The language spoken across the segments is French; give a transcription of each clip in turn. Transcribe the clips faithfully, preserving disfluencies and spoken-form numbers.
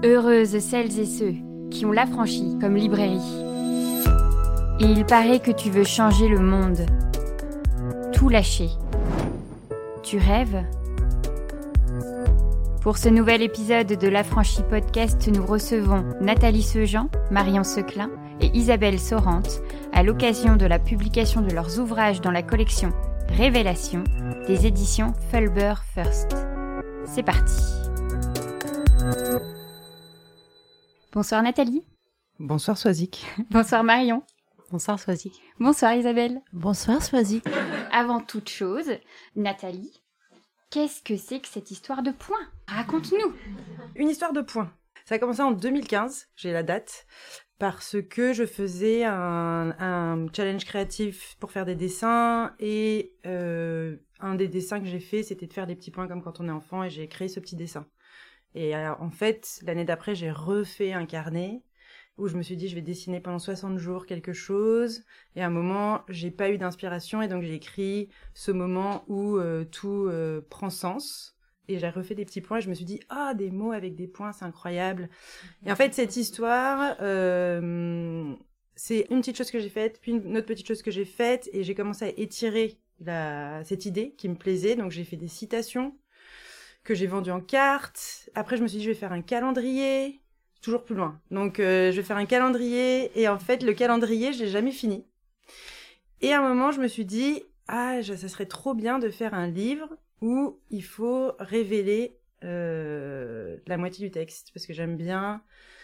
Heureuses celles et ceux qui ont l'affranchi comme librairie. Et il paraît que tu veux changer le monde. Tout lâcher. Tu rêves ? Pour ce nouvel épisode de l'Affranchi Podcast, nous recevons Nathalie Sejean, Marion Seclin et Isabelle Sorante à l'occasion de la publication de leurs ouvrages dans la collection Révélation des éditions Fulber First. C'est parti. Bonsoir Nathalie. Bonsoir Swazik. Bonsoir Marion. Bonsoir Swazik. Bonsoir Isabelle. Bonsoir Swazik. Avant toute chose, Nathalie, qu'est-ce que c'est que cette histoire de points ? Raconte-nous. Une histoire de points. Ça a commencé en deux mille quinze, j'ai la date, parce que je faisais un, un challenge créatif pour faire des dessins et euh, un des dessins que j'ai fait, c'était de faire des petits points comme quand on est enfant et j'ai créé ce petit dessin. Et alors, en fait, l'année d'après, j'ai refait un carnet où je me suis dit, je vais dessiner pendant soixante jours quelque chose. Et à un moment, j'ai pas eu d'inspiration et donc j'ai écrit ce moment où euh, tout euh, prend sens. Et j'ai refait des petits points et je me suis dit, ah, des mots avec des points, c'est incroyable. Et en fait, cette histoire, euh, c'est une petite chose que j'ai faite, puis une autre petite chose que j'ai faite et j'ai commencé à étirer la, cette idée qui me plaisait. Donc j'ai fait des citations que j'ai vendu en cartes. Après, je me suis dit, je vais faire un calendrier, toujours plus loin. Donc, euh, je vais faire un calendrier, et en fait, le calendrier, je l'ai jamais fini. Et à un moment, je me suis dit, ah, ça serait trop bien de faire un livre où il faut révéler euh, la moitié du texte, parce que j'aime bien...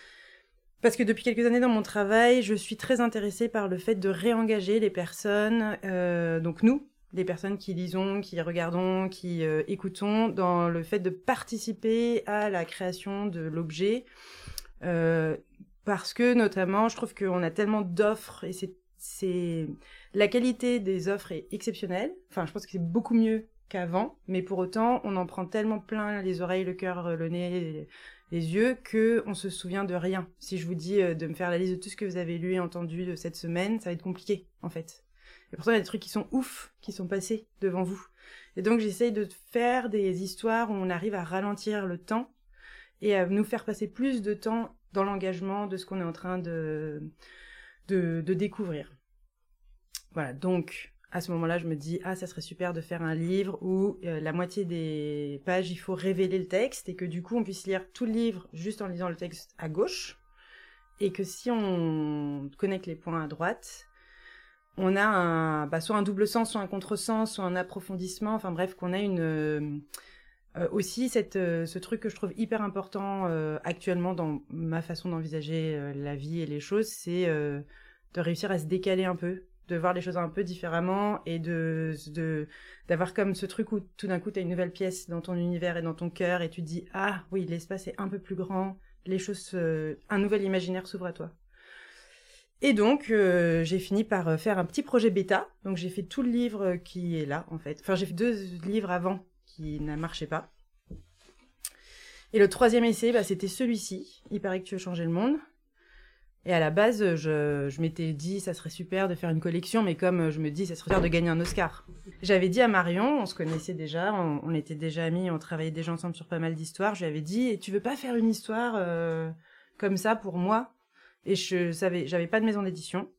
Parce que depuis quelques années dans mon travail, je suis très intéressée par le fait de réengager les personnes, euh, donc nous, les personnes qui lisons, qui regardons, qui euh, écoutons, dans le fait de participer à la création de l'objet. Euh, parce que, notamment, je trouve qu'on a tellement d'offres, et c'est, c'est... la qualité des offres est exceptionnelle. Enfin, je pense que c'est beaucoup mieux qu'avant, mais pour autant, on en prend tellement plein les oreilles, le cœur, le nez, les, les yeux, qu'on se souvient de rien. Si je vous dis euh, de me faire la liste de tout ce que vous avez lu et entendu de cette semaine, ça va être compliqué, en fait. Et pourtant, il y a des trucs qui sont ouf, qui sont passés devant vous. Et donc, j'essaye de faire des histoires où on arrive à ralentir le temps et à nous faire passer plus de temps dans l'engagement de ce qu'on est en train de, de, de découvrir. Voilà, donc, à ce moment-là, je me dis, ah, ça serait super de faire un livre où euh, la moitié des pages, il faut révéler le texte et que du coup, on puisse lire tout le livre juste en lisant le texte à gauche et que si on connecte les points à droite... on a un, bah, soit un double sens, soit un contresens, soit un approfondissement, enfin bref, qu'on a une, euh, euh, aussi cette, euh, ce truc que je trouve hyper important euh, actuellement dans ma façon d'envisager euh, la vie et les choses, c'est euh, de réussir à se décaler un peu, de voir les choses un peu différemment et de, de, d'avoir comme ce truc où tout d'un coup t'as une nouvelle pièce dans ton univers et dans ton cœur et tu te dis « Ah oui, l'espace est un peu plus grand, les choses, euh, un nouvel imaginaire s'ouvre à toi ». Et donc, euh, j'ai fini par faire un petit projet bêta. Donc, j'ai fait tout le livre qui est là, en fait. Enfin, j'ai fait deux livres avant qui ne marchaient pas. Et le troisième essai, bah, c'était celui-ci. Il paraît que tu veux changer le monde. Et à la base, je, je m'étais dit, ça serait super de faire une collection, mais comme je me dis, ça serait super de gagner un Oscar. J'avais dit à Marion, on se connaissait déjà, on, on était déjà amis, on travaillait déjà ensemble sur pas mal d'histoires. Je lui avais dit, tu veux pas faire une histoire euh, comme ça pour moi ? Et je savais, j'avais pas de maison d'édition.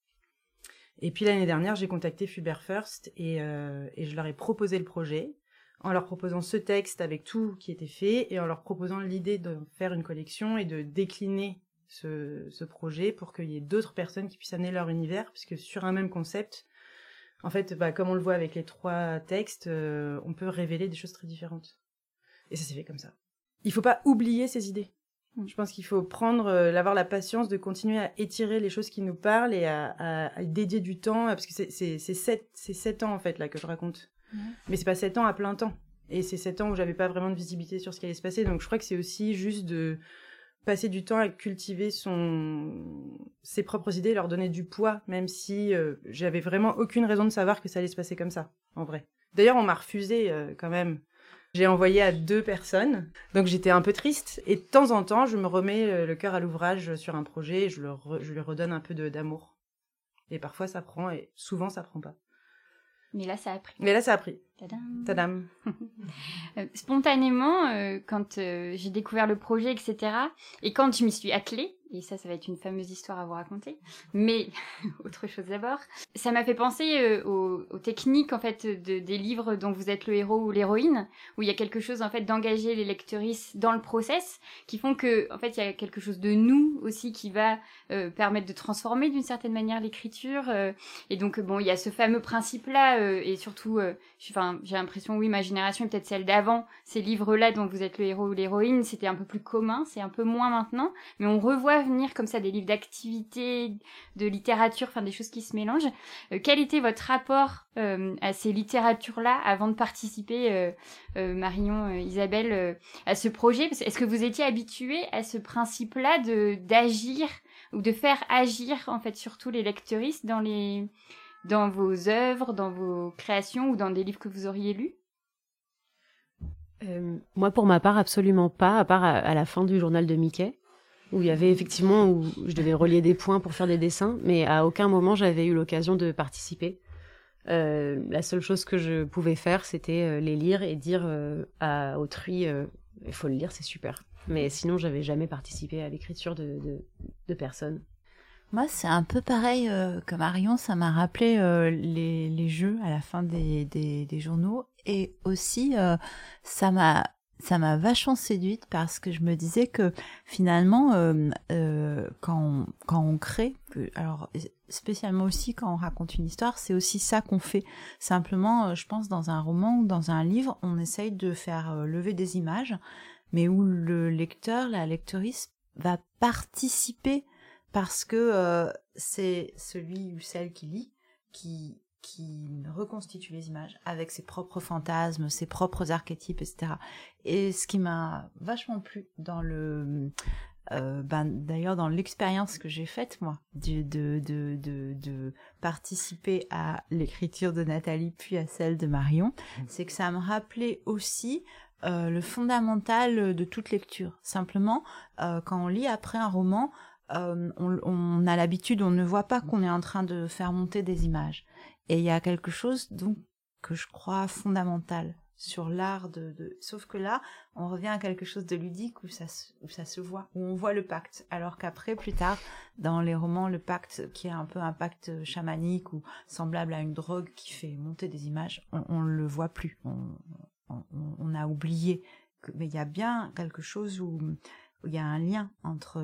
Et puis l'année dernière, j'ai contacté Fulber First et, euh, et je leur ai proposé le projet, en leur proposant ce texte avec tout qui était fait et en leur proposant l'idée de faire une collection et de décliner ce, ce projet pour qu'il y ait d'autres personnes qui puissent amener leur univers, puisque sur un même concept, en fait, bah, comme on le voit avec les trois textes, euh, on peut révéler des choses très différentes. Et ça s'est fait comme ça. Il faut pas oublier ces idées. Je pense qu'il faut prendre, euh, avoir la patience de continuer à étirer les choses qui nous parlent et à, à, à dédier du temps, parce que c'est, c'est, c'est, sept, c'est sept ans en fait là que je raconte. Mmh. Mais c'est pas sept ans à plein temps. Et c'est sept ans où j'avais pas vraiment de visibilité sur ce qui allait se passer. Donc je crois que c'est aussi juste de passer du temps à cultiver son, ses propres idées, leur donner du poids, même si euh, j'avais vraiment aucune raison de savoir que ça allait se passer comme ça, en vrai. D'ailleurs, on m'a refusé euh, quand même. J'ai envoyé à deux personnes, donc j'étais un peu triste. Et de temps en temps, je me remets le cœur à l'ouvrage sur un projet et je, le re, je lui redonne un peu de, d'amour. Et parfois, ça prend, et souvent, ça prend pas. Mais là, ça a pris. Mais là, ça a pris. Tadam. Tadam. euh, spontanément, euh, quand euh, j'ai découvert le projet, et cetera, et quand je m'y suis attelée, et ça, ça va être une fameuse histoire à vous raconter, mais autre chose d'abord, ça m'a fait penser euh, aux, aux techniques, en fait, de, des livres dont vous êtes le héros ou l'héroïne, où il y a quelque chose, en fait, d'engager les lectrices dans le process, qui font que, en fait, il y a quelque chose de nous aussi qui va euh, permettre de transformer d'une certaine manière l'écriture, euh, et donc, bon, il y a ce fameux principe-là, euh, et surtout, euh, enfin, j'ai l'impression, oui, ma génération, et peut-être celle d'avant, ces livres-là dont vous êtes le héros ou l'héroïne, c'était un peu plus commun, c'est un peu moins maintenant, mais on revoit venir comme ça des livres d'activité, de littérature, enfin des choses qui se mélangent. Euh, quel était votre rapport euh, à ces littératures-là avant de participer, euh, euh, Marion, euh, Isabelle, euh, à ce projet? Est-ce que vous étiez habitués à ce principe-là de d'agir ou de faire agir en fait surtout les lectrices dans les dans vos œuvres, dans vos créations ou dans des livres que vous auriez lus? Euh, moi, pour ma part, absolument pas, à part à, à la fin du journal de Mickey, où il y avait effectivement, où je devais relier des points pour faire des dessins, mais à aucun moment j'avais eu l'occasion de participer. Euh, la seule chose que je pouvais faire, c'était euh, les lire et dire euh, à autrui, euh, il faut le lire, c'est super. Mais sinon, j'avais jamais participé à l'écriture de, de, de personne. Moi, c'est un peu pareil euh, que Marion, ça m'a rappelé euh, les, les jeux à la fin des, des, des journaux, et aussi euh, ça m'a ça m'a vachement séduite parce que je me disais que finalement euh, euh, quand on, quand on crée, que, alors spécialement aussi quand on raconte une histoire, c'est aussi ça qu'on fait. Simplement, euh, je pense dans un roman ou dans un livre, on essaye de faire euh, lever des images, mais où le lecteur, la lectrice va participer parce que euh, c'est celui ou celle qui lit qui qui reconstitue les images avec ses propres fantasmes, ses propres archétypes, et cetera. Et ce qui m'a vachement plu dans le, euh, ben d'ailleurs dans l'expérience que j'ai faite moi, de de de de, de participer à l'écriture de Nathalie puis à celle de Marion, c'est que ça me rappelait aussi euh, le fondamental de toute lecture. Simplement, euh, quand on lit après un roman, euh, on, on a l'habitude, on ne voit pas qu'on est en train de faire monter des images. Et il y a quelque chose donc que je crois fondamental sur l'art de, de... Sauf que là, on revient à quelque chose de ludique où ça, où ça se voit, où on voit le pacte. Alors qu'après, plus tard, dans les romans, le pacte, qui est un peu un pacte chamanique ou semblable à une drogue qui fait monter des images, on, on le voit plus. On, on, on a oublié. Que... Mais il y a bien quelque chose où, où il y a un lien entre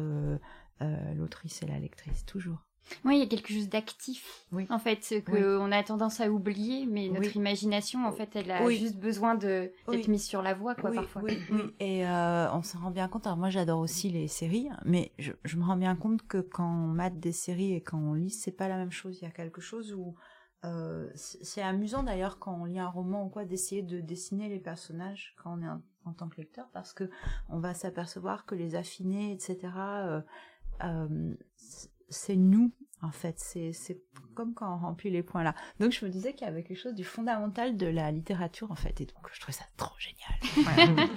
euh, l'autrice et la lectrice, toujours. Oui, il y a quelque chose d'actif, oui. En fait, qu'on oui. a tendance à oublier, mais notre oui. imagination, en fait, elle a oui. juste besoin de, d'être oui. mise sur la voie, quoi, oui, parfois. Oui, oui. Et euh, on s'en rend bien compte. Alors moi, j'adore aussi les séries, mais je, je me rends bien compte que quand on mate des séries et quand on lit, c'est pas la même chose. Il y a quelque chose où... Euh, c'est amusant, d'ailleurs, quand on lit un roman ou quoi, d'essayer de dessiner les personnages quand on est en, en tant que lecteur, parce que on va s'apercevoir que les affiner, et cetera, euh, euh, c'est nous, en fait, c'est, c'est comme quand on remplit les points là. Donc je me disais qu'il y avait quelque chose du fondamental de la littérature, en fait, et donc je trouvais ça trop génial. Ouais.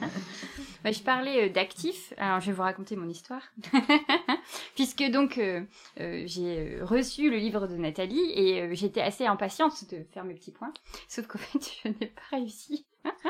Bah, je parlais d'actif, alors je vais vous raconter mon histoire. Puisque donc euh, euh, j'ai reçu le livre de Nathalie et euh, j'étais assez impatiente de faire mes petits points, sauf qu'en fait je n'ai pas réussi.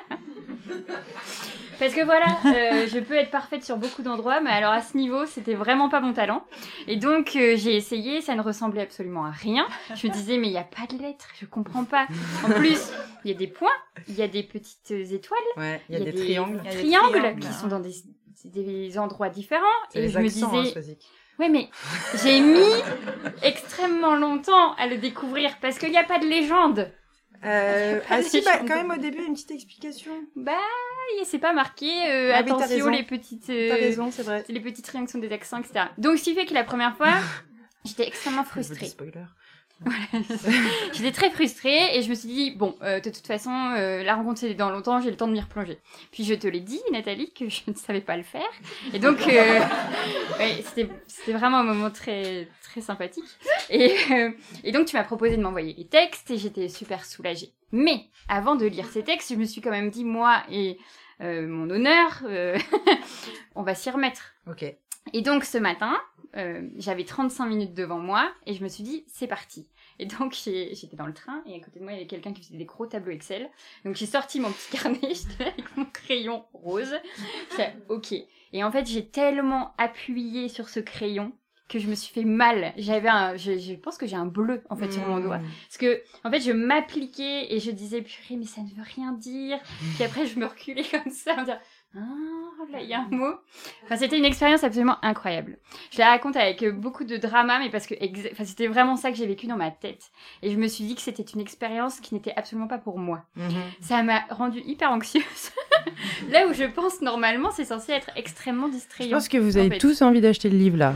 Parce que voilà, euh, je peux être parfaite sur beaucoup d'endroits, mais alors à ce niveau, c'était vraiment pas mon talent. Et donc, euh, j'ai essayé, ça ne ressemblait absolument à rien. Je me disais, mais il n'y a pas de lettres, je comprends pas. En plus, il y a des points, il y a des petites étoiles, ouais, il y a, y a des, des triangles, triangles, des triangles qui sont dans des, des endroits différents. C'est et je accents, me disais... Hein, ouais, mais j'ai mis extrêmement longtemps à le découvrir parce qu'il n'y a pas de légende. Euh, ah si, bah, quand même au début une petite explication. Bah, c'est pas marqué. Euh, ah, attention, les petites. Euh, T'as raison, c'est vrai. Les petites réactions des accents, et cetera. Donc, ce qui fait que la première fois, j'étais extrêmement frustrée. Spoiler. Voilà. J'étais très frustrée et je me suis dit bon, euh, de toute façon, euh, la rencontre c'est dans longtemps, j'ai le temps de m'y replonger. Puis je te l'ai dit, Nathalie, que je ne savais pas le faire. Et donc, euh, ouais, c'était, c'était vraiment un moment très, très sympathique. Et, euh, et donc, tu m'as proposé de m'envoyer les textes et j'étais super soulagée. Mais avant de lire ces textes, je me suis quand même dit, moi et euh, mon honneur, euh, on va s'y remettre. Ok. Et donc, ce matin, euh, j'avais trente-cinq minutes devant moi et je me suis dit, c'est parti. Et donc, j'ai, j'étais dans le train et à côté de moi, il y avait quelqu'un qui faisait des gros tableaux Excel. Donc, j'ai sorti mon petit carnet, j'étais là avec mon crayon rose. J'ai ok. Et en fait, j'ai tellement appuyé sur ce crayon que je me suis fait mal. J'avais un, je, je pense que j'ai un bleu, en fait, mmh. sur mon doigt. Parce que, en fait, je m'appliquais et je disais, purée, mais ça ne veut rien dire. Puis après, je me reculais comme ça, en disant, ah, là, il y a un mot. Enfin, c'était une expérience absolument incroyable. Je la raconte avec beaucoup de drama, mais parce que exa- enfin, c'était vraiment ça que j'ai vécu dans ma tête. Et je me suis dit que c'était une expérience qui n'était absolument pas pour moi. Mmh. Ça m'a rendue hyper anxieuse. Là où je pense, normalement, c'est censé être extrêmement distrayant. Je pense que vous avez en fait. tous envie d'acheter le livre, là.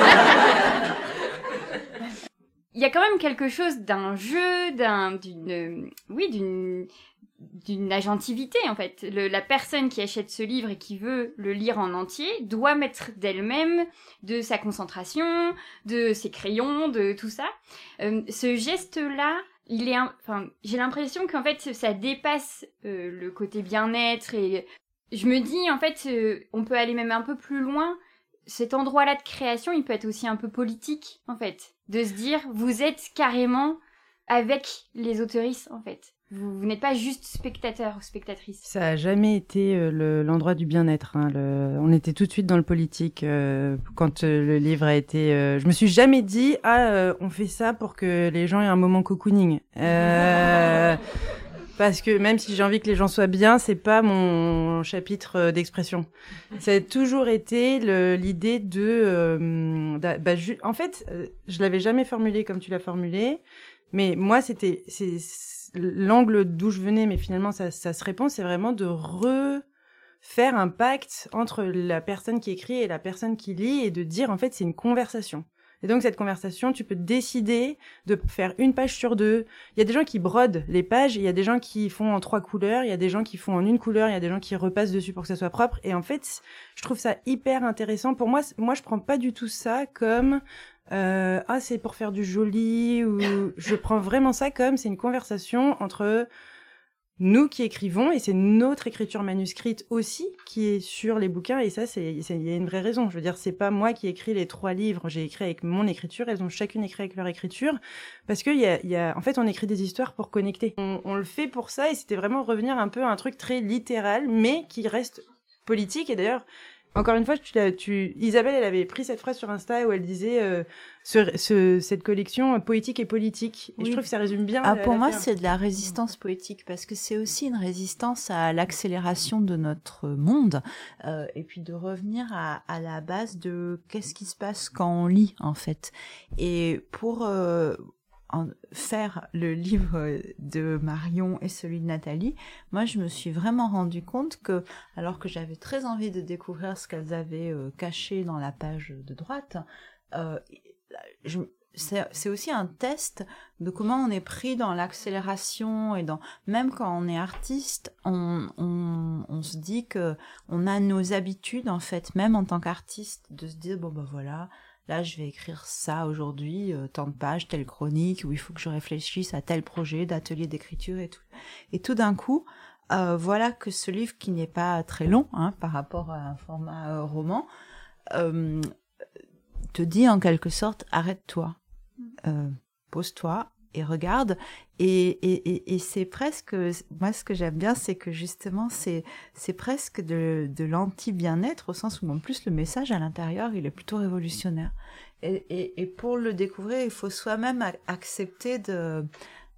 Il y a quand même quelque chose d'un jeu, d'un, d'une, oui, d'une, d'une agentivité, en fait. Le, la personne qui achète ce livre et qui veut le lire en entier doit mettre d'elle-même, de sa concentration, de ses crayons, de tout ça. Euh, ce geste-là, il est, un, enfin, j'ai l'impression qu'en fait, ça dépasse euh, le côté bien-être et je me dis, en fait, euh, on peut aller même un peu plus loin. Cet endroit-là de création, il peut être aussi un peu politique, en fait. De se dire, vous êtes carrément avec les autoristes, en fait. Vous, vous n'êtes pas juste spectateur ou spectatrice. Ça a jamais été euh, le, l'endroit du bien-être. Hein, le... On était tout de suite dans le politique euh, quand euh, le livre a été... Euh... Je me suis jamais dit, ah, euh, on fait ça pour que les gens aient un moment cocooning. Euh... Parce que même si j'ai envie que les gens soient bien, c'est pas mon chapitre d'expression. Ça a toujours été le, l'idée de... Euh, bah, ju- en fait, je l'avais jamais formulé comme tu l'as formulé, mais moi, c'était... C'est, l'angle d'où je venais, mais finalement, ça, ça se répond, c'est vraiment de refaire un pacte entre la personne qui écrit et la personne qui lit et de dire, en fait, c'est une conversation. Et donc, cette conversation, tu peux décider de faire une page sur deux. Il y a des gens qui brodent les pages, il y a des gens qui font en trois couleurs, il y a des gens qui font en une couleur, il y a des gens qui repassent dessus pour que ça soit propre. Et en fait, je trouve ça hyper intéressant. Pour moi, moi, je prends pas du tout ça comme... Euh, ah, c'est pour faire du joli, ou... Je prends vraiment ça comme c'est une conversation entre... nous qui écrivons, et c'est notre écriture manuscrite aussi qui est sur les bouquins, et ça, c'est, c'est, il y a une vraie raison. Je veux dire, c'est pas moi qui écris les trois livres, j'ai écrit avec mon écriture, elles ont chacune écrit avec leur écriture, parce que il y a, il y a, en fait, on écrit des histoires pour connecter. On, on le fait pour ça, et c'était vraiment revenir un peu à un truc très littéral, mais qui reste politique, et d'ailleurs, encore une fois, tu l'as, tu, Isabelle, elle avait pris cette phrase sur Insta où elle disait euh, ce, ce, cette collection poétique et politique. Et oui. Je trouve que ça résume bien. Ah, pour moi, c'est de la résistance poétique parce que c'est aussi une résistance à l'accélération de notre monde euh, et puis de revenir à, à la base de qu'est-ce qui se passe quand on lit en fait. Et pour euh, en faire le livre de Marion et celui de Nathalie, moi je me suis vraiment rendu compte que, alors que j'avais très envie de découvrir ce qu'elles avaient euh, caché dans la page de droite, euh, je, c'est, c'est aussi un test de comment on est pris dans l'accélération et dans, même quand on est artiste, on, on, on se dit que on a nos habitudes en fait, même en tant qu'artiste, de se dire bon ben voilà, là, je vais écrire ça aujourd'hui, euh, tant de pages, telle chronique, où il faut que je réfléchisse à tel projet d'atelier d'écriture et tout. Et tout d'un coup, euh, voilà que ce livre, qui n'est pas très long hein, par rapport à un format euh, roman, euh, te dit en quelque sorte, arrête-toi, euh, pose-toi et regarde. Et, et, et, et c'est presque, moi ce que j'aime bien, c'est que justement, c'est, c'est presque de, de l'anti-bien-être, au sens où en plus le message à l'intérieur, il est plutôt révolutionnaire. Et, et, et pour le découvrir, il faut soi-même accepter de,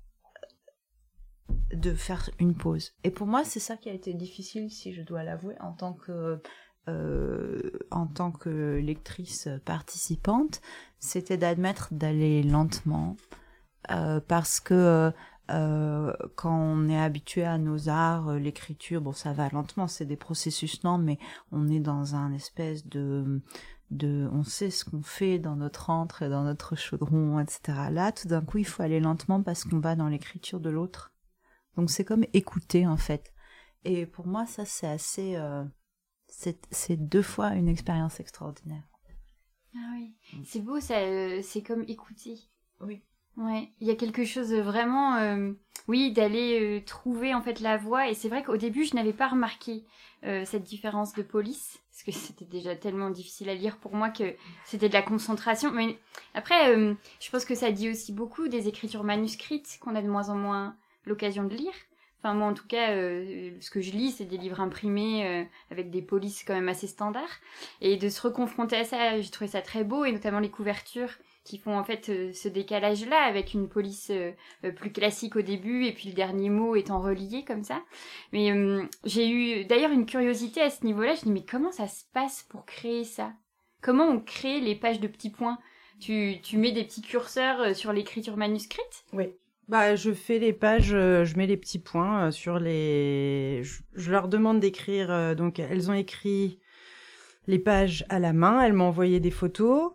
de faire une pause. Et pour moi, c'est ça qui a été difficile, si je dois l'avouer, en tant que... Euh, en tant que lectrice participante, c'était d'admettre d'aller lentement, euh, parce que euh, quand on est habitué à nos arts, euh, l'écriture, bon ça va lentement, c'est des processus lents, mais on est dans un espèce de... de on sait ce qu'on fait dans notre antre et dans notre chaudron, et cetera. Là, tout d'un coup, il faut aller lentement parce qu'on va dans l'écriture de l'autre. Donc c'est comme écouter, en fait. Et pour moi, ça, c'est assez... Euh, C'est, c'est deux fois une expérience extraordinaire. Ah oui, c'est beau, ça, euh, c'est comme écouter. Oui. Ouais, il y a quelque chose de vraiment... Euh, oui, d'aller euh, trouver en fait la voie. Et c'est vrai qu'au début, je n'avais pas remarqué euh, cette différence de police, parce que c'était déjà tellement difficile à lire pour moi que c'était de la concentration. Mais après, euh, je pense que ça dit aussi beaucoup des écritures manuscrites qu'on a de moins en moins l'occasion de lire. Enfin, moi, en tout cas, euh, ce que je lis, c'est des livres imprimés euh, avec des polices quand même assez standards. Et de se reconfronter à ça, j'ai trouvé ça très beau, et notamment les couvertures qui font en fait euh, ce décalage-là, avec une police euh, euh, plus classique au début, et puis le dernier mot étant relié comme ça. Mais euh, j'ai eu d'ailleurs une curiosité à ce niveau-là. Je me dis, mais comment ça se passe pour créer ça ? Comment on crée les pages de petits points ? tu, tu mets des petits curseurs euh, sur l'écriture manuscrite ? Oui. Bah, je fais les pages, euh, je mets les petits points euh, sur les... Je, je leur demande d'écrire, euh, donc elles ont écrit les pages à la main, elles m'ont envoyé des photos,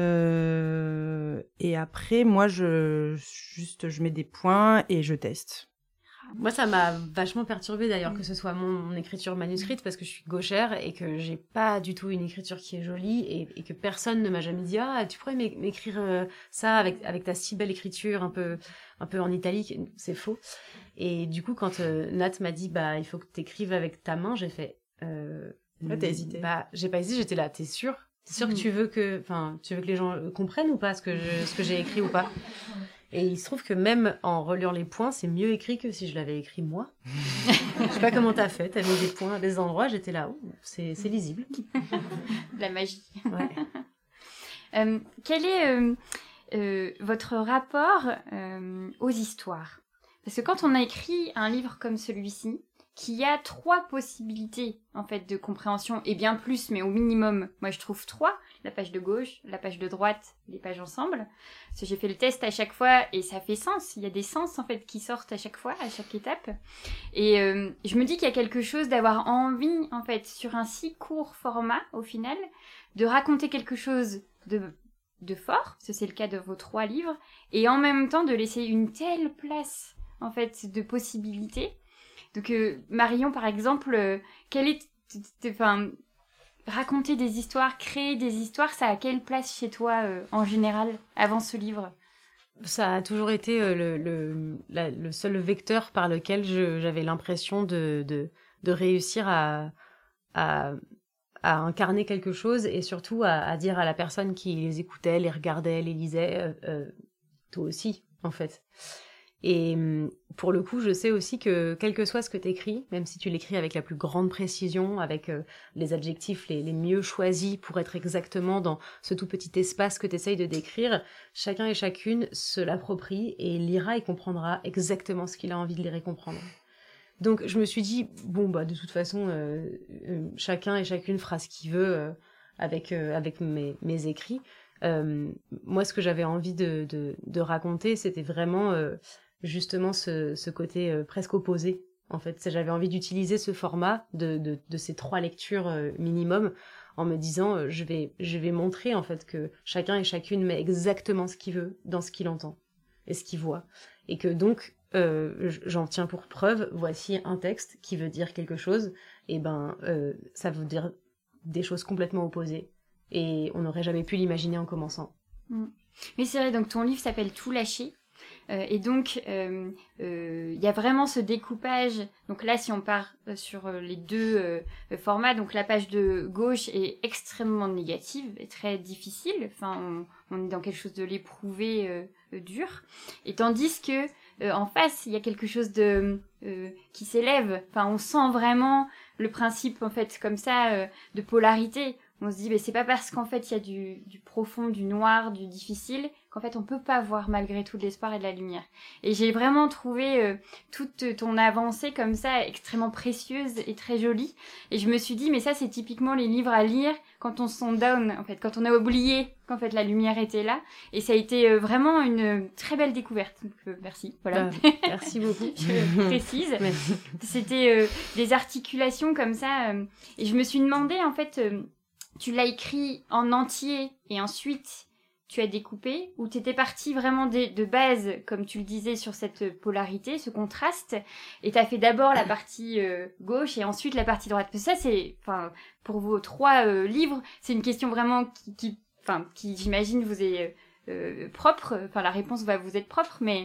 euh, et après, moi, je juste, je mets des points et je teste. Moi, ça m'a vachement perturbée d'ailleurs que ce soit mon, mon écriture manuscrite, parce que je suis gauchère et que j'ai pas du tout une écriture qui est jolie, et, et que personne ne m'a jamais dit « Ah, tu pourrais m'é- m'écrire euh, ça avec, avec ta si belle écriture, un peu, un peu en italique ». C'est faux. Et du coup, quand euh, Nat m'a dit « Bah, il faut que t'écrives avec ta main », j'ai fait euh, « Ah, t'as hésité. Bah, j'ai pas hésité, j'étais là « T'es sûre ? T'es sûre que tu veux que, enfin, tu veux que les gens euh, comprennent ou pas ce que, je, ce que j'ai écrit ou pas ?» Et il se trouve que même en reliant les points, c'est mieux écrit que si je l'avais écrit moi. Je sais pas comment t'as fait, t'as mis des points à des endroits, j'étais là, oh, c'est, c'est lisible. La magie. Ouais. euh, quel est euh, euh, votre rapport euh, aux histoires ? Parce que quand on a écrit un livre comme celui-ci, qui a trois possibilités en fait de compréhension, et bien plus, mais au minimum, moi je trouve trois, la page de gauche, la page de droite, les pages ensemble. Parce que j'ai fait le test à chaque fois et ça fait sens, il y a des sens en fait qui sortent à chaque fois, à chaque étape. Et euh, je me dis qu'il y a quelque chose d'avoir envie en fait sur un si court format au final, de raconter quelque chose de, de fort, parce que c'est le cas de vos trois livres, et en même temps de laisser une telle place en fait de possibilités. Donc euh, Marion par exemple, euh, quelle est, enfin, raconter des histoires, créer des histoires, ça a quelle place chez toi euh, en général avant ce livre ? Ça a toujours été euh, le, le, la, le seul vecteur par lequel je, j'avais l'impression de, de, de réussir à, à, à incarner quelque chose, et surtout à, à dire à la personne qui les écoutait, les regardait, les lisait, euh, euh, toi aussi en fait. Et pour le coup, je sais aussi que quel que soit ce que t'écris, même si tu l'écris avec la plus grande précision, avec euh, les adjectifs les, les mieux choisis pour être exactement dans ce tout petit espace que t'essayes de décrire, chacun et chacune se l'approprie et lira et comprendra exactement ce qu'il a envie de lire et comprendre. Donc je me suis dit, bon bah de toute façon, euh, euh, chacun et chacune fera ce qu'il veut euh, avec, euh, avec mes, mes écrits. Euh, moi, ce que j'avais envie de, de, de raconter, c'était vraiment... Euh, justement ce, ce côté euh, presque opposé, en fait. J'avais envie d'utiliser ce format de, de, de ces trois lectures euh, minimum, en me disant, euh, je vais, je vais montrer, en fait, que chacun et chacune met exactement ce qu'il veut dans ce qu'il entend et ce qu'il voit. Et que donc, euh, j'en tiens pour preuve, voici un texte qui veut dire quelque chose, et ben, euh, ça veut dire des choses complètement opposées. Et on n'aurait jamais pu l'imaginer en commençant. Mmh. Mais c'est vrai, donc ton livre s'appelle « Tout lâcher ». Euh, et donc, il euh, euh, y a vraiment ce découpage. Donc là, si on part euh, sur euh, les deux euh, formats, donc la page de gauche est extrêmement négative et très difficile. Enfin, on, on est dans quelque chose de l'éprouvé euh, euh, dur. Et tandis que euh, en face, il y a quelque chose de euh, qui s'élève. Enfin, on sent vraiment le principe en fait comme ça euh, de polarité. On se dit, mais c'est pas parce qu'en fait il y a du, du profond, du noir, du difficile, qu'en fait on peut pas voir malgré tout de l'espoir et de la lumière. Et j'ai vraiment trouvé euh, toute ton avancée comme ça extrêmement précieuse et très jolie. Et je me suis dit, mais ça c'est typiquement les livres à lire quand on se sent down, en fait, quand on a oublié qu'en fait la lumière était là. Et ça a été euh, vraiment une très belle découverte. Donc euh, merci, voilà. Bah, merci beaucoup. Je précise. Merci. C'était euh, des articulations comme ça. Euh, et je me suis demandé en fait... Euh, tu l'as écrit en entier et ensuite tu as découpé, ou t'étais partie vraiment de, de base, comme tu le disais, sur cette polarité, ce contraste, et t'as fait d'abord la partie euh, gauche et ensuite la partie droite. Parce que ça, c'est, enfin, pour vos trois euh, livres, c'est une question vraiment qui, qui, enfin, qui j'imagine vous est euh, propre. Enfin, la réponse va vous être propre, mais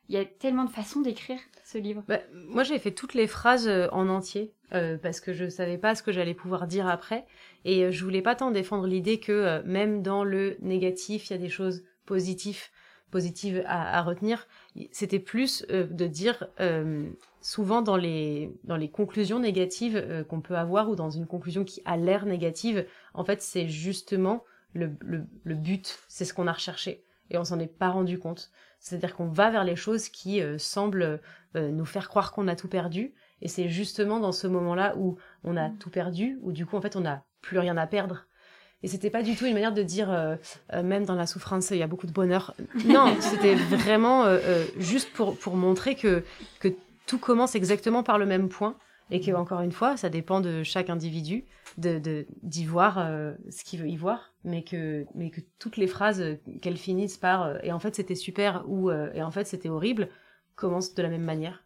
il y a tellement de façons d'écrire ce livre. Bah, moi, j'ai fait toutes les phrases euh, en entier euh, parce que je savais pas ce que j'allais pouvoir dire après. Et euh, je voulais pas tant défendre l'idée que euh, même dans le négatif, il y a des choses positives, positives à, à retenir. C'était plus euh, de dire euh, souvent dans les dans les conclusions négatives euh, qu'on peut avoir ou dans une conclusion qui a l'air négative, en fait, c'est justement le, le, le but, c'est ce qu'on a recherché. Et on s'en est pas rendu compte. C'est-à-dire qu'on va vers les choses qui euh, semblent euh, nous faire croire qu'on a tout perdu. Et c'est justement dans ce moment-là où on a tout perdu, où du coup, en fait, on n'a plus rien à perdre. Et c'était pas du tout une manière de dire, euh, euh, même dans la souffrance, il y a beaucoup de bonheur. Non, c'était vraiment euh, euh, juste pour, pour montrer que, que tout commence exactement par le même point. Et que, encore une fois, ça dépend de chaque individu de, de, d'y voir euh, ce qu'il veut y voir, mais que, mais que toutes les phrases, euh, qu'elles finissent par euh, « et en fait c'était super » ou euh, « et en fait c'était horrible » commencent de la même manière.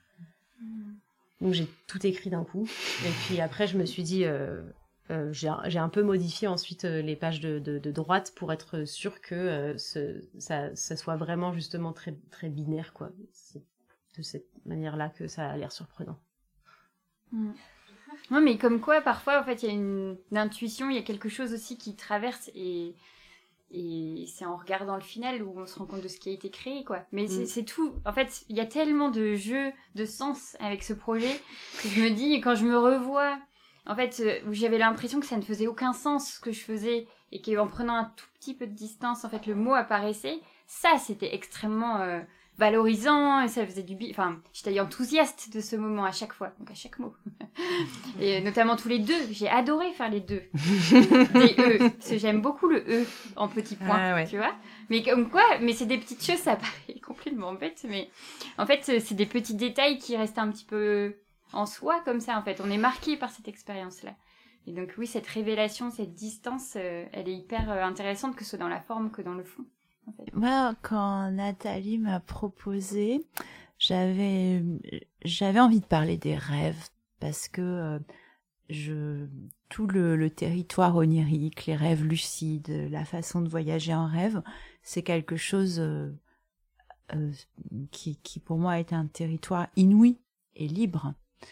Donc j'ai tout écrit d'un coup. Et puis après, je me suis dit... Euh, euh, j'ai, j'ai un peu modifié ensuite euh, les pages de, de, de droite pour être sûre que euh, ce, ça, ça soit vraiment justement très, très binaire, quoi. C'est de cette manière-là que ça a l'air surprenant. Mmh. Non, mais comme quoi, parfois, en fait, il y a une, une intuition, il y a quelque chose aussi qui traverse et, et c'est en regardant le final où on se rend compte de ce qui a été créé, quoi. Mais mmh. c'est, c'est tout. En fait, il y a tellement de jeux, de sens avec ce projet que je me dis, quand je me revois, en fait, où j'avais l'impression que ça ne faisait aucun sens ce que je faisais et qu'en prenant un tout petit peu de distance, en fait, le mot apparaissait. Ça, c'était extrêmement... Euh, valorisant, et ça faisait du bien. Enfin, j'étais enthousiaste de ce moment à chaque fois, donc à chaque mot. Et notamment tous les deux, j'ai adoré faire les deux. Des E, parce que j'aime beaucoup le E en petits points, ah ouais. Tu vois. Mais comme quoi, mais c'est des petites choses, ça paraît complètement bête, mais en fait, c'est des petits détails qui restent un petit peu en soi, comme ça, en fait. On est marqué par cette expérience-là. Et donc oui, cette révélation, cette distance, euh, elle est hyper euh, intéressante, que ce soit dans la forme que dans le fond. En fait. Moi, quand Nathalie m'a proposé, j'avais j'avais envie de parler des rêves parce que euh, je tout le, le territoire onirique, les rêves lucides, la façon de voyager en rêve, c'est quelque chose euh, euh, qui qui pour moi est un territoire inouï et libre.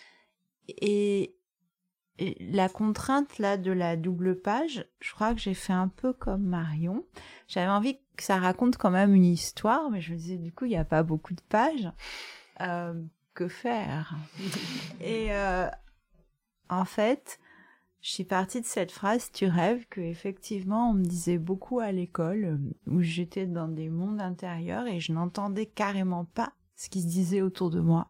Et Et la contrainte là de la double page, je crois que j'ai fait un peu comme Marion. J'avais envie que ça raconte quand même une histoire, mais je me disais du coup il n'y a pas beaucoup de pages. Euh, que faire? Et euh, en fait, je suis partie de cette phrase "tu rêves" que effectivement on me disait beaucoup à l'école où j'étais dans des mondes intérieurs et je n'entendais carrément pas ce qui se disait autour de moi.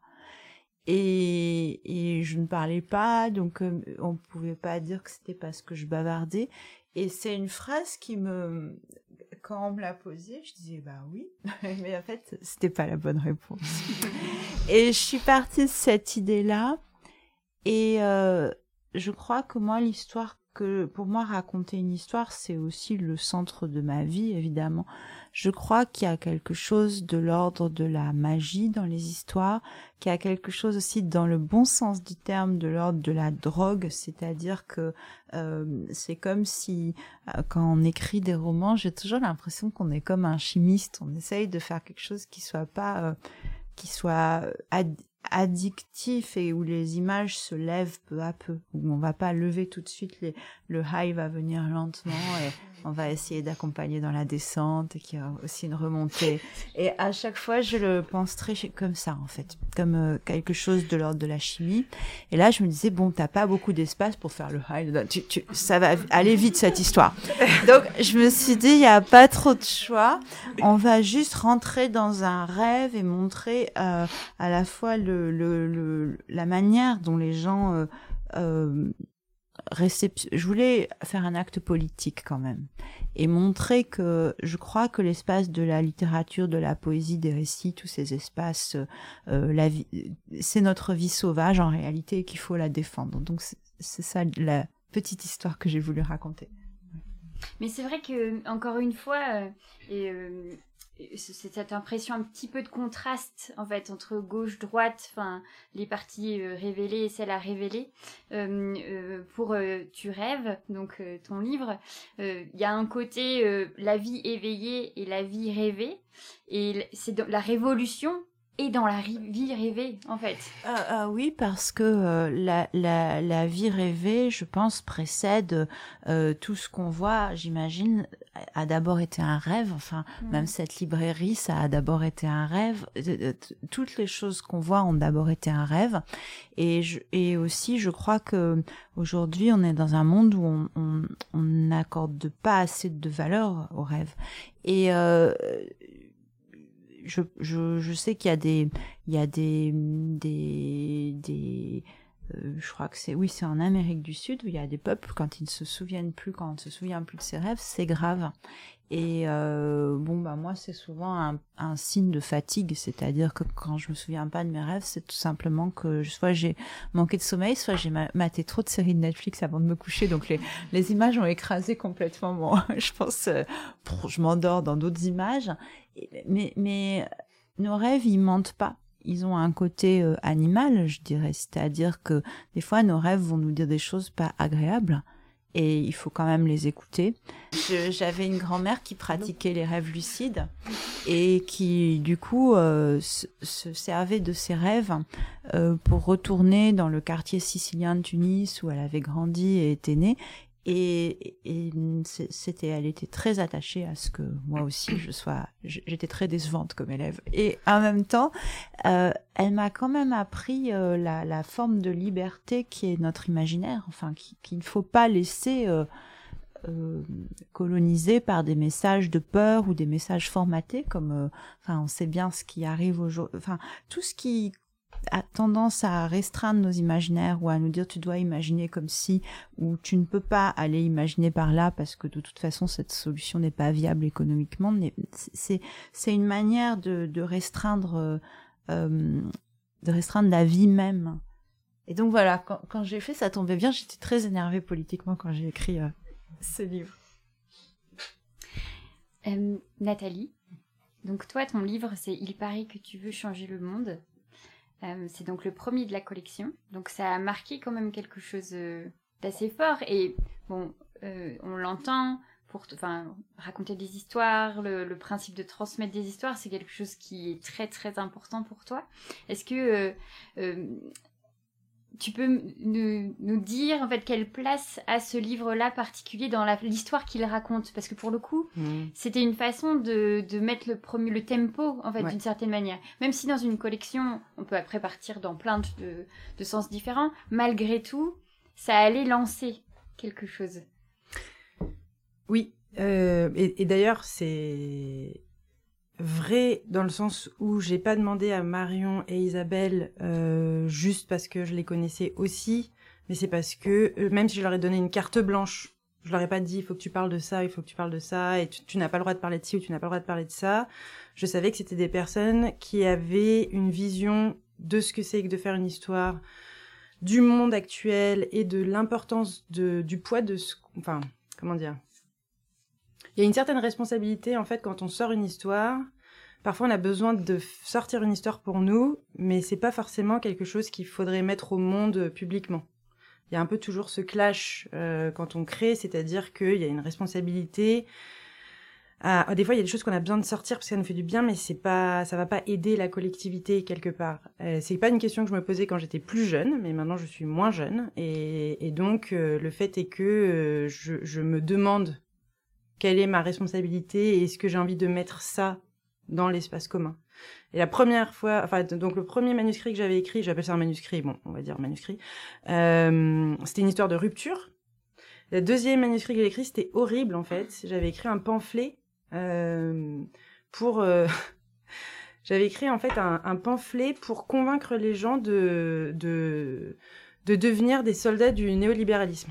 Et, et je ne parlais pas, donc euh, on ne pouvait pas dire que c'était parce que je bavardais. Et c'est une phrase qui me... Quand on me l'a posée, je disais « bah oui », mais en fait, c'était pas la bonne réponse. Et je suis partie de cette idée-là, et euh, je crois que moi, l'histoire que... Pour moi, raconter une histoire, c'est aussi le centre de ma vie, évidemment. Je crois qu'il y a quelque chose de l'ordre de la magie dans les histoires, qu'il y a quelque chose aussi dans le bon sens du terme de l'ordre de la drogue, c'est-à-dire que euh, c'est comme si euh, quand on écrit des romans, j'ai toujours l'impression qu'on est comme un chimiste, on essaye de faire quelque chose qui soit pas euh, qui soit ad- addictif et où les images se lèvent peu à peu, où on va pas lever tout de suite, les, le high va venir lentement et on va essayer d'accompagner dans la descente et qu'il y a aussi une remontée. Et à chaque fois, je le pense très comme ça, en fait, comme euh, quelque chose de l'ordre de la chimie. Et là, je me disais, bon, t'as pas beaucoup d'espace pour faire le high, tu, tu, ça va aller vite, cette histoire. Donc, je me suis dit, il y a pas trop de choix. On va juste rentrer dans un rêve et montrer euh, à la fois le, le, le, la manière dont les gens... Euh, euh, Récep- je voulais faire un acte politique quand même et montrer que je crois que l'espace de la littérature, de la poésie, des récits, tous ces espaces, euh, la vie, c'est notre vie sauvage en réalité et qu'il faut la défendre. Donc c'est, c'est ça la petite histoire que j'ai voulu raconter. Mais c'est vrai que encore une fois, euh, et, euh, c'est cette impression un petit peu de contraste en fait entre gauche droite, enfin les parties euh, révélées et celles à révéler. Euh, euh, pour euh, Tu rêves, donc euh, ton livre, il euh, y a un côté euh, la vie éveillée et la vie rêvée, et c'est de, la révolution et dans la ri- vie rêvée, en fait. Ah, ah oui, parce que euh, la, la, la vie rêvée, je pense, précède euh, tout ce qu'on voit, j'imagine, a d'abord été un rêve. Enfin, mmh. même cette librairie, ça a d'abord été un rêve. Toutes les choses qu'on voit ont d'abord été un rêve. Et, je, et aussi, je crois que aujourd'hui, on est dans un monde où on, on, on n'accorde pas assez de valeur aux rêves. Et euh, Je, je, je sais qu'il y a des, il y a des, des, des euh, je crois que c'est, oui, c'est en Amérique du Sud où il y a des peuples, quand ils ne se souviennent plus, quand on ne se souvient plus de ses rêves, c'est grave. Et euh, bon, bah moi, c'est souvent un, un signe de fatigue, c'est-à-dire que quand je me souviens pas de mes rêves, c'est tout simplement que soit j'ai manqué de sommeil, soit j'ai maté trop de séries de Netflix avant de me coucher, donc les, les images ont écrasé complètement. Bon, je pense, euh, je m'endors dans d'autres images. Mais, mais nos rêves, ils mentent pas. Ils ont un côté euh, animal, je dirais. C'est-à-dire que des fois, nos rêves vont nous dire des choses pas agréables et il faut quand même les écouter. Je, j'avais une grand-mère qui pratiquait les rêves lucides et qui, du coup, euh, se, se servait de ses rêves euh, pour retourner dans le quartier sicilien de Tunis où elle avait grandi et était née. Et, et c'était, elle était très attachée à ce que moi aussi je sois, j'étais très décevante comme élève. Et en même temps, euh, elle m'a quand même appris euh, la, la forme de liberté qui est notre imaginaire, enfin, qui, qu'il ne faut pas laisser euh, euh, coloniser par des messages de peur ou des messages formatés, comme, euh, enfin, on sait bien ce qui arrive aujourd'hui, enfin, tout ce qui a tendance à restreindre nos imaginaires ou à nous dire tu dois imaginer comme si, ou tu ne peux pas aller imaginer par là parce que de toute façon cette solution n'est pas viable économiquement. C'est, c'est une manière de, de restreindre euh, de restreindre la vie même. Et donc voilà, quand, quand j'ai fait ça tombait bien, j'étais très énervée politiquement quand j'ai écrit euh, ce livre. Euh, Nathalie, donc toi ton livre c'est Il paraît que tu veux changer le monde. Euh, c'est donc le premier de la collection, donc ça a marqué quand même quelque chose euh, d'assez fort. Et bon, euh, on l'entend pour, enfin, raconter des histoires, le, le principe de transmettre des histoires, c'est quelque chose qui est très très important pour toi. Est-ce que euh, euh, tu peux nous, nous dire en fait quelle place a ce livre-là particulier dans la, l'histoire qu'il raconte? Parce que pour le coup, mmh. c'était une façon de, de mettre le, premier, le tempo en fait, ouais. d'une certaine manière. Même si dans une collection, on peut après partir dans plein de, de sens différents, malgré tout, ça allait lancer quelque chose. Oui, euh, et, et d'ailleurs, c'est vrai dans le sens où j'ai pas demandé à Marion et Isabelle euh, juste parce que je les connaissais aussi, mais c'est parce que euh, même si je leur ai donné une carte blanche, je leur ai pas dit il faut que tu parles de ça, il faut que tu parles de ça, et tu, tu n'as pas le droit de parler de ci ou tu n'as pas le droit de parler de ça. Je savais que c'était des personnes qui avaient une vision de ce que c'est que de faire une histoire, du monde actuel et de l'importance de du poids de ce, enfin comment dire. Il y a une certaine responsabilité, en fait, quand on sort une histoire. Parfois, on a besoin de sortir une histoire pour nous, mais c'est pas forcément quelque chose qu'il faudrait mettre au monde publiquement. Il y a un peu toujours ce clash euh, quand on crée, c'est-à-dire qu'il y a une responsabilité. À... Des fois, il y a des choses qu'on a besoin de sortir parce que ça nous fait du bien, mais c'est pas, ça va pas aider la collectivité quelque part. Euh, c'est pas une question que je me posais quand j'étais plus jeune, mais maintenant je suis moins jeune, et, et donc euh, le fait est que euh, je, je me demande quelle est ma responsabilité et est-ce que j'ai envie de mettre ça dans l'espace commun. Et la première fois, enfin, donc le premier manuscrit que j'avais écrit, j'appelle ça un manuscrit, bon, on va dire manuscrit, euh, c'était une histoire de rupture. Le deuxième manuscrit que j'ai écrit, c'était horrible, en fait. J'avais écrit un pamphlet euh, pour... Euh, j'avais écrit, en fait, un, un pamphlet pour convaincre les gens de, de, de devenir des soldats du néolibéralisme.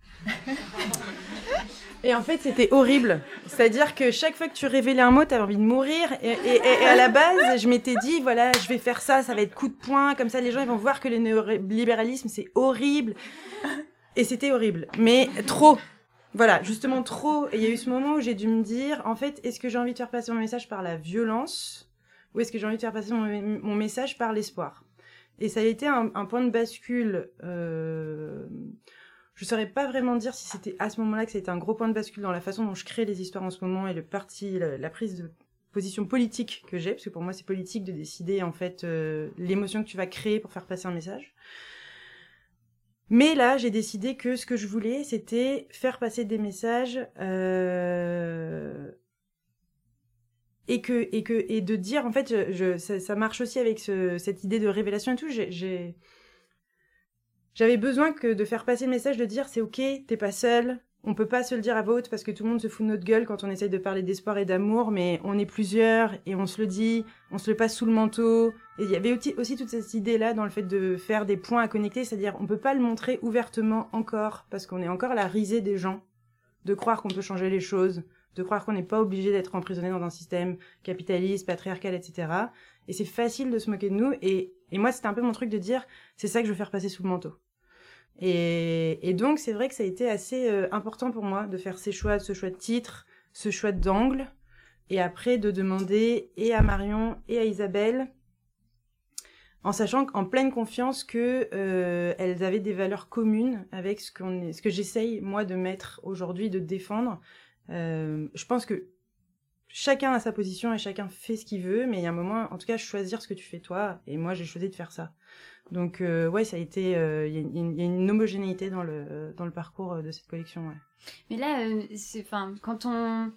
Et en fait, c'était horrible. C'est-à-dire que chaque fois que tu révélais un mot, t'avais envie de mourir. Et, et, et à la base, je m'étais dit, voilà, je vais faire ça, ça va être coup de poing. Comme ça, les gens ils vont voir que le néolibéralisme, c'est horrible. Et c'était horrible. Mais trop. Voilà, justement trop. Et il y a eu ce moment où j'ai dû me dire, en fait, est-ce que j'ai envie de faire passer mon message par la violence ou est-ce que j'ai envie de faire passer mon, mon message par l'espoir ? Et ça a été un, un point de bascule. Euh... Je saurais pas vraiment dire si c'était à ce moment-là que c'était un gros point de bascule dans la façon dont je crée les histoires en ce moment et le parti, la, la prise de position politique que j'ai, parce que pour moi c'est politique de décider en fait euh, l'émotion que tu vas créer pour faire passer un message. Mais là, j'ai décidé que ce que je voulais, c'était faire passer des messages euh, et que et que et de dire en fait, je, je, ça, ça marche aussi avec ce, cette idée de révélation et tout. J'ai, j'ai J'avais besoin que de faire passer le message, de dire c'est ok, t'es pas seul, on peut pas se le dire à voix haute parce que tout le monde se fout de notre gueule quand on essaye de parler d'espoir et d'amour, mais on est plusieurs et on se le dit, on se le passe sous le manteau. Et il y avait aussi, aussi toute cette idée-là dans le fait de faire des points à connecter, c'est-à-dire on peut pas le montrer ouvertement encore parce qu'on est encore à la risée des gens, de croire qu'on peut changer les choses, de croire qu'on n'est pas obligé d'être emprisonné dans un système capitaliste, patriarcal, et cetera. Et c'est facile de se moquer de nous et, et moi c'était un peu mon truc de dire c'est ça que je veux faire passer sous le manteau. Et, et donc, c'est vrai que ça a été assez euh, important pour moi de faire ces choix, ce choix de titre, ce choix d'angle, et après de demander et à Marion et à Isabelle, en sachant qu'en pleine confiance que euh, elles avaient des valeurs communes avec ce qu'on est, ce que j'essaye moi de mettre aujourd'hui, de défendre. Euh, je pense que chacun a sa position et chacun fait ce qu'il veut, mais il y a un moment, en tout cas, choisir ce que tu fais toi, et moi j'ai choisi de faire ça. Donc euh, ouais, ça a été, il euh, y, y a une homogénéité dans le dans le parcours de cette collection. Ouais. Mais là, euh, c'est, enfin, quand on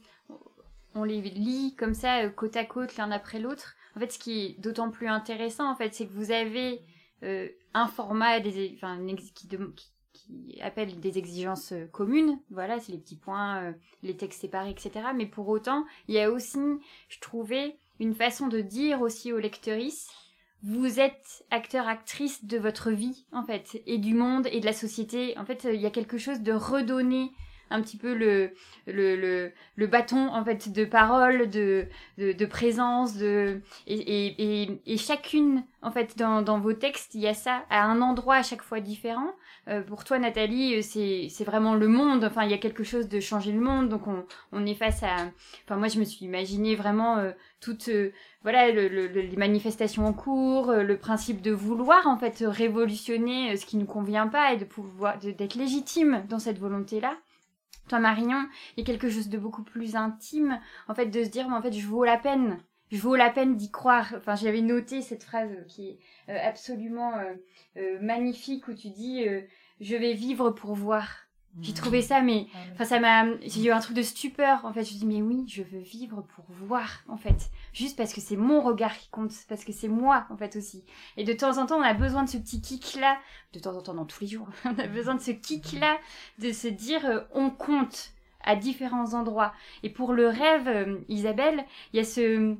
on les lit comme ça euh, côte à côte l'un après l'autre, en fait, ce qui est d'autant plus intéressant, en fait, c'est que vous avez euh, un format des, enfin, qui, de, qui, qui appelle des exigences euh, communes. Voilà, c'est les petits points, euh, les textes séparés, et cetera. Mais pour autant, il y a aussi, je trouvais, une façon de dire aussi aux lectrices. Vous êtes acteur, actrice de votre vie, en fait, et du monde, et de la société. En fait, il y a quelque chose de redonner un petit peu le, le, le, le bâton, en fait, de parole, de, de, de présence, de, et, et, et, et chacune, en fait, dans, dans vos textes, il y a ça, à un endroit à chaque fois différent. Euh, pour toi, Nathalie, c'est, c'est vraiment le monde. Enfin, il y a quelque chose de changer le monde. Donc, on, on est face à... Enfin, moi, je me suis imaginé vraiment euh, toutes... Euh, voilà, le, le, les manifestations en cours, euh, le principe de vouloir, en fait, révolutionner euh, ce qui ne nous convient pas et de pouvoir, de, d'être légitime dans cette volonté-là. Toi, Marion, il y a quelque chose de beaucoup plus intime, en fait, de se dire, mais en fait, je vaux la peine. Je vaux la peine d'y croire. Enfin, j'avais noté cette phrase qui est euh, absolument euh, euh, magnifique où tu dis euh, « Je vais vivre pour voir ». J'ai trouvé ça, mais enfin ça m'a, j'ai eu un truc de stupeur. En fait, je me dis mais oui, je veux vivre pour voir. En fait, juste parce que c'est mon regard qui compte, parce que c'est moi en fait aussi. Et de temps en temps, on a besoin de ce petit kick là. De temps en temps, dans tous les jours, on a besoin de ce kick là, de se dire euh, on compte à différents endroits. Et pour le rêve, euh, Isabelle, il y a ce,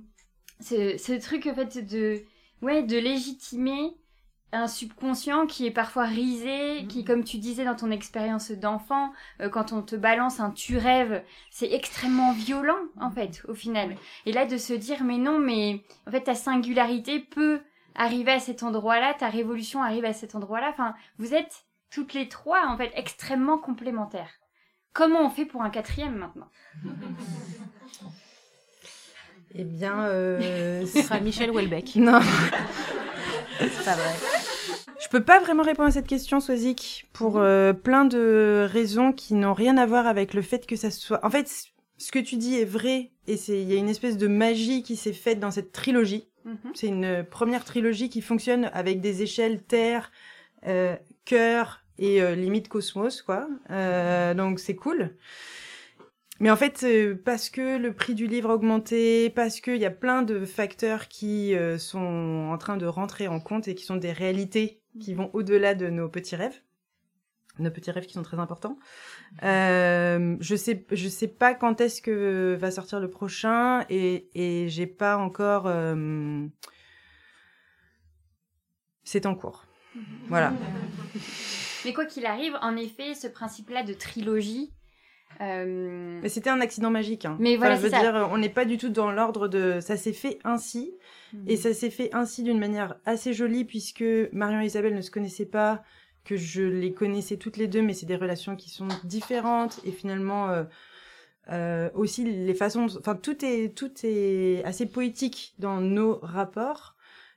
ce ce truc en fait de ouais de légitimer un subconscient qui est parfois risé, qui, comme tu disais dans ton expérience d'enfant, euh, quand on te balance un tu rêves, c'est extrêmement violent, en fait, au final. Et là, de se dire, mais non, mais en fait, ta singularité peut arriver à cet endroit-là, ta révolution arrive à cet endroit-là. Enfin, vous êtes toutes les trois, en fait, extrêmement complémentaires. Comment on fait pour un quatrième, maintenant ? Eh bien, euh... ce sera Michel Houellebecq. Non. C'est pas vrai. Je peux pas vraiment répondre à cette question, Swazik, pour euh, plein de raisons qui n'ont rien à voir avec le fait que ça soit... En fait, ce que tu dis est vrai, et c'est il y a une espèce de magie qui s'est faite dans cette trilogie. Mm-hmm. C'est une première trilogie qui fonctionne avec des échelles terre, euh, cœur et euh, limite cosmos, quoi. Euh, donc c'est cool. Mais en fait, euh, parce que le prix du livre a augmenté, parce qu'il y a plein de facteurs qui euh, sont en train de rentrer en compte et qui sont des réalités qui vont au-delà de nos petits rêves, nos petits rêves qui sont très importants. Euh, je sais, je sais pas quand est-ce que va sortir le prochain et, et j'ai pas encore... Euh... C'est en cours. Voilà. Mais quoi qu'il arrive, en effet, ce principe-là de trilogie... Euh... Mais c'était un accident magique. Hein. Mais voilà, enfin, je veux c'est dire, ça. On n'est pas du tout dans l'ordre de. Ça s'est fait ainsi, mmh. et ça s'est fait ainsi d'une manière assez jolie puisque Marion et Isabelle ne se connaissaient pas, que je les connaissais toutes les deux, mais c'est des relations qui sont différentes et finalement euh, euh, aussi les façons, enfin tout est tout est assez poétique dans nos rapports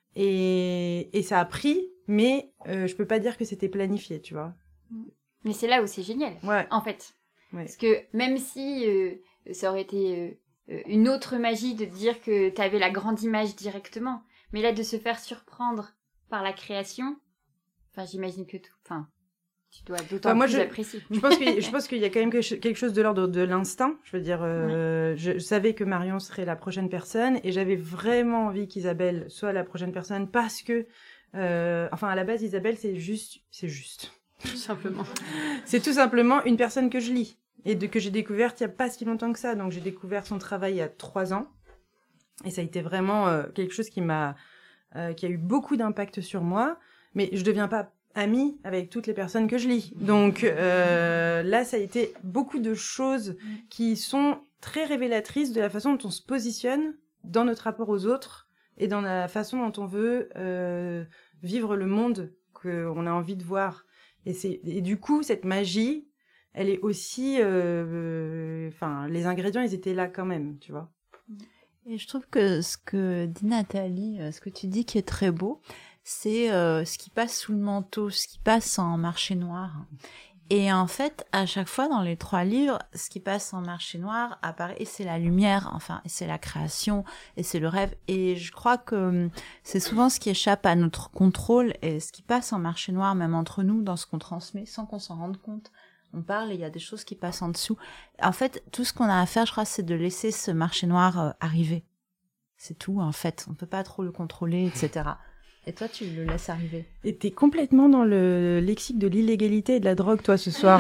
et et ça a pris, mais euh, je peux pas dire que c'était planifié, tu vois. Mais c'est là où c'est génial, ouais. en fait, ouais. Parce que même si euh, ça aurait été euh, une autre magie de dire que t'avais la grande image directement, mais là de se faire surprendre par la création. Enfin, j'imagine que tout. Enfin, tu dois d'autant enfin, moi, plus je, apprécier. Je pense que je pense qu'il y a quand même quelque chose de l'ordre de l'instinct. Je veux dire, euh, ouais. je, je savais que Marion serait la prochaine personne et j'avais vraiment envie qu'Isabelle soit la prochaine personne parce que, euh, enfin, à la base, Isabelle, c'est juste, c'est juste. Tout simplement. C'est tout simplement une personne que je lis et de que j'ai découverte il y a pas si longtemps que ça. Donc, j'ai découvert son travail il y a trois ans et ça a été vraiment euh, quelque chose qui m'a, euh, qui a eu beaucoup d'impact sur moi. Mais je deviens pas amie avec toutes les personnes que je lis. Donc euh, là, ça a été beaucoup de choses qui sont très révélatrices de la façon dont on se positionne dans notre rapport aux autres et dans la façon dont on veut euh, vivre le monde qu'on a envie de voir. Et, c'est, et du coup, cette magie, elle est aussi... Enfin, euh, les ingrédients, ils étaient là quand même, tu vois. Et je trouve que ce que dit Nathalie, ce que tu dis qui est très beau, c'est euh, ce qui passe sous le manteau, ce qui passe en marché noir. Et en fait, à chaque fois dans les trois livres, ce qui passe en marché noir apparaît, et c'est la lumière, enfin, et c'est la création, et c'est le rêve. Et je crois que c'est souvent ce qui échappe à notre contrôle, et ce qui passe en marché noir, même entre nous, dans ce qu'on transmet, sans qu'on s'en rende compte. On parle et il y a des choses qui passent en dessous. En fait, tout ce qu'on a à faire, je crois, c'est de laisser ce marché noir euh, arriver. C'est tout, en fait. On peut pas trop le contrôler, et cetera. Et toi, tu le laisses arriver. Et t'es complètement dans le lexique de l'illégalité et de la drogue, toi, ce soir.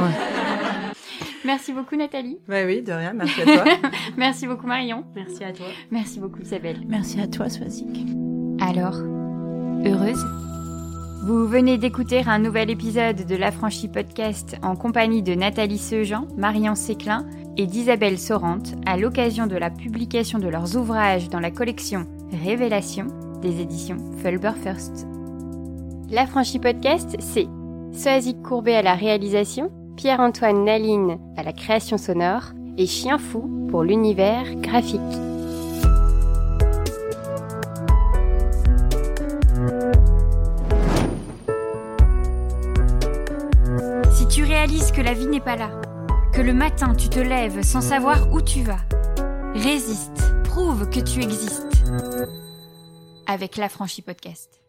Merci beaucoup, Nathalie. Bah oui, de rien, merci à toi. Merci beaucoup, Marion. Merci à toi. Merci beaucoup, Isabelle. Merci à toi, Swazik. Alors, heureuse ? Vous venez d'écouter un nouvel épisode de l'Affranchi Podcast en compagnie de Nathalie Sejean, Marion Séclin et d'Isabelle Sorante à l'occasion de la publication de leurs ouvrages dans la collection Révélation des éditions Fulber First. L'Affranchi Podcast, c'est Swazik Courbet à la réalisation, Pierre-Antoine Naline à la création sonore et Chien Fou pour l'univers graphique. Si tu réalises que la vie n'est pas là, que le matin tu te lèves sans savoir où tu vas, résiste, prouve que tu existes. Avec l'Affranchi Podcast.